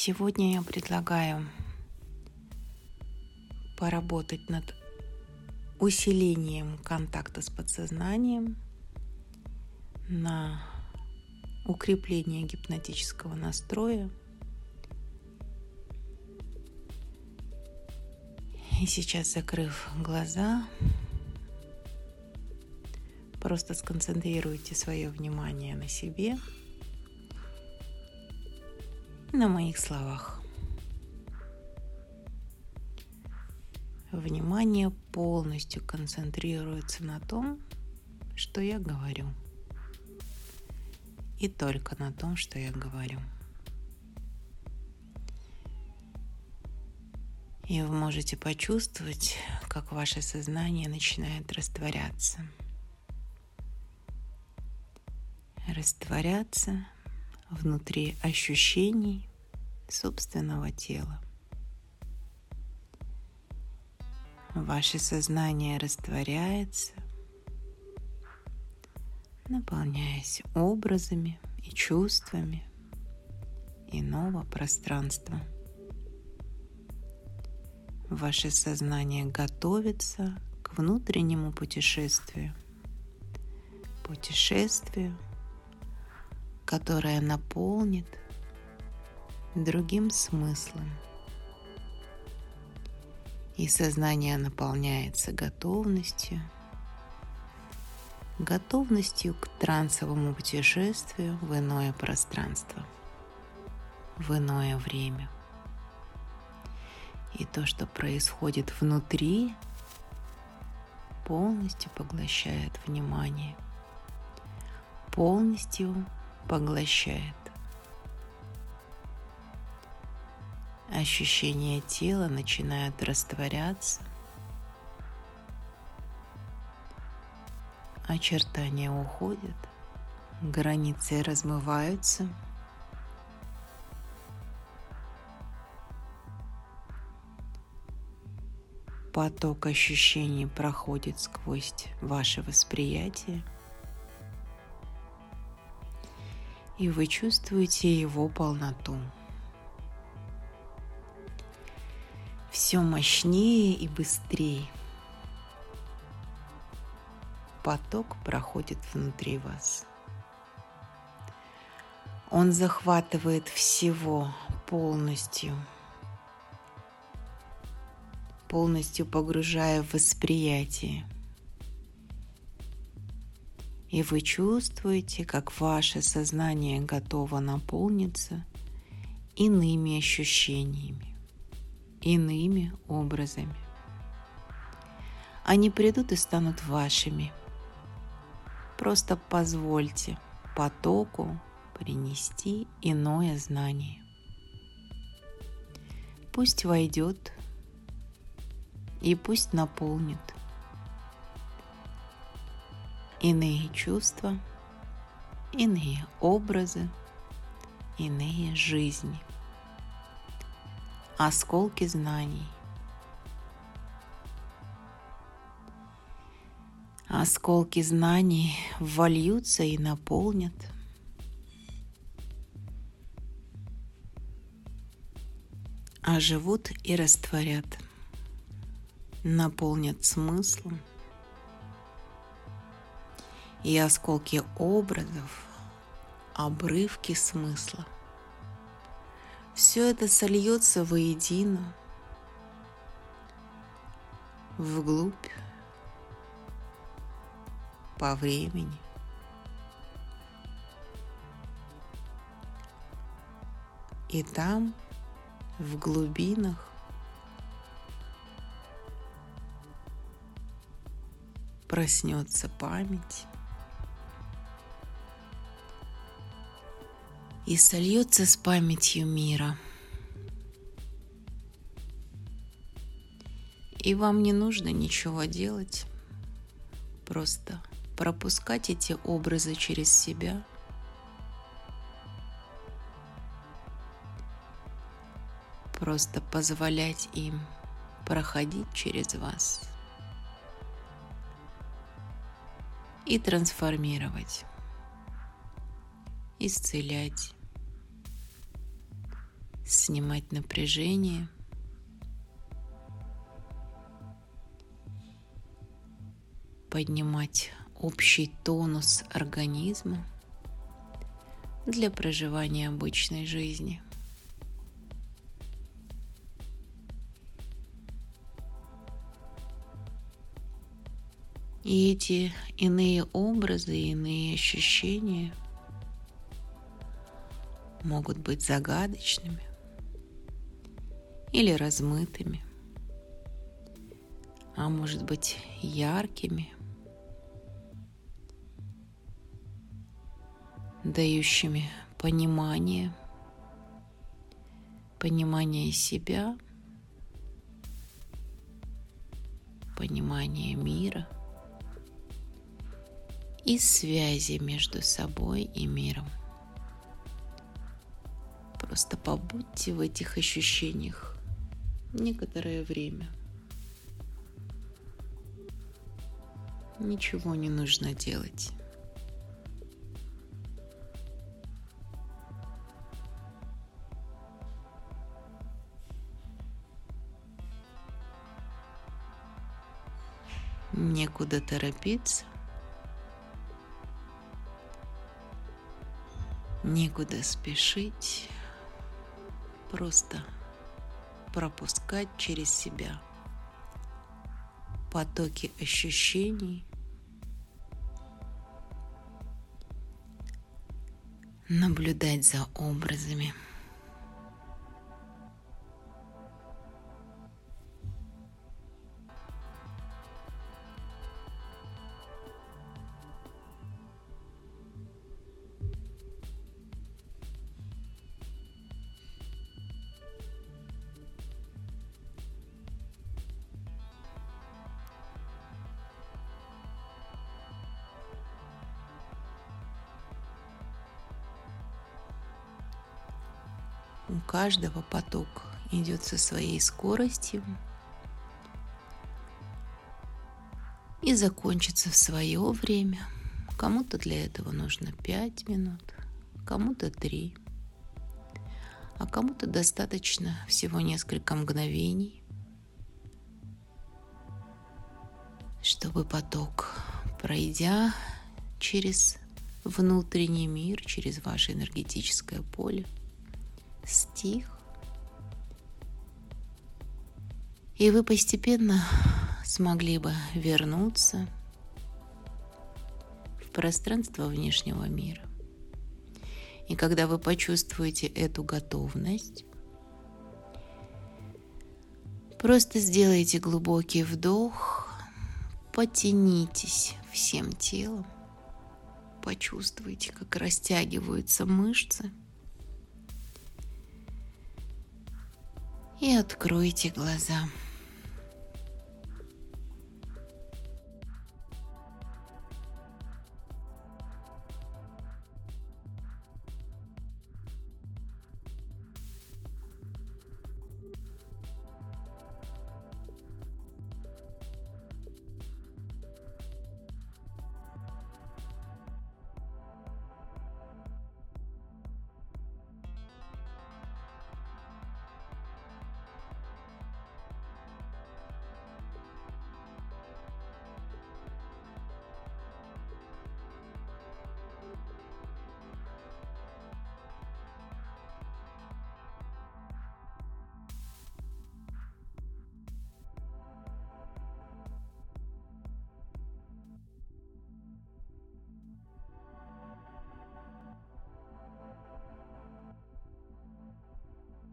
Сегодня я предлагаю поработать над усилением контакта с подсознанием, на укрепление гипнотического настроя. И сейчас, закрыв глаза, просто сконцентрируйте свое внимание на себе и на моих словах. Внимание полностью концентрируется на том, что я говорю. И только на том, что я говорю. И вы можете почувствовать, как ваше сознание начинает растворяться. Растворяться внутри ощущений собственного тела. Ваше сознание растворяется, наполняясь образами и чувствами иного пространства. Ваше сознание готовится к внутреннему путешествию, которое наполнит другим смыслом. И сознание наполняется готовностью к трансовому путешествию в иное пространство, в иное время. И то, что происходит внутри, полностью поглощает внимание, полностью поглощает. Ощущения тела начинают растворяться, очертания уходят, границы размываются. Поток ощущений проходит сквозь ваше восприятие, и вы чувствуете его полноту. Все мощнее и быстрее поток проходит внутри вас. Он захватывает всего полностью погружая в восприятие. И вы чувствуете, как ваше сознание готово наполниться иными ощущениями, иными образами. Они придут и станут вашими. Просто позвольте потоку принести иное знание. Пусть войдет и пусть наполнит иные чувства, иные образы, иные жизни. Осколки знаний. Осколки знаний вольются и наполнят оживут и растворят, наполнят смыслом. И осколки образов, обрывки смысла, все это сольется воедино, вглубь, по времени. И там, в глубинах, проснется память и сольется с памятью мира. И вам не нужно ничего делать, просто пропускать эти образы через себя, просто позволять им проходить через вас и трансформировать, исцелять, снимать напряжение, поднимать общий тонус организма для проживания обычной жизни. И эти иные образы, иные ощущения могут быть загадочными или размытыми, а может быть яркими, дающими понимание себя, понимание мира и связи между собой и миром. Просто побудьте в этих ощущениях некоторое время. Ничего не нужно делать. Некуда торопиться, некуда спешить, просто пропускать через себя потоки ощущений, наблюдать за образами. У каждого поток идет со своей скоростью и закончится в свое время. Кому-то для этого нужно 5 минут, кому-то 3, а кому-то достаточно всего несколько мгновений, чтобы поток, пройдя через внутренний мир, через ваше энергетическое поле, стих, и вы постепенно смогли бы вернуться в пространство внешнего мира. И когда вы почувствуете эту готовность, просто сделайте глубокий вдох, потянитесь всем телом, почувствуйте, как растягиваются мышцы, и откройте глаза.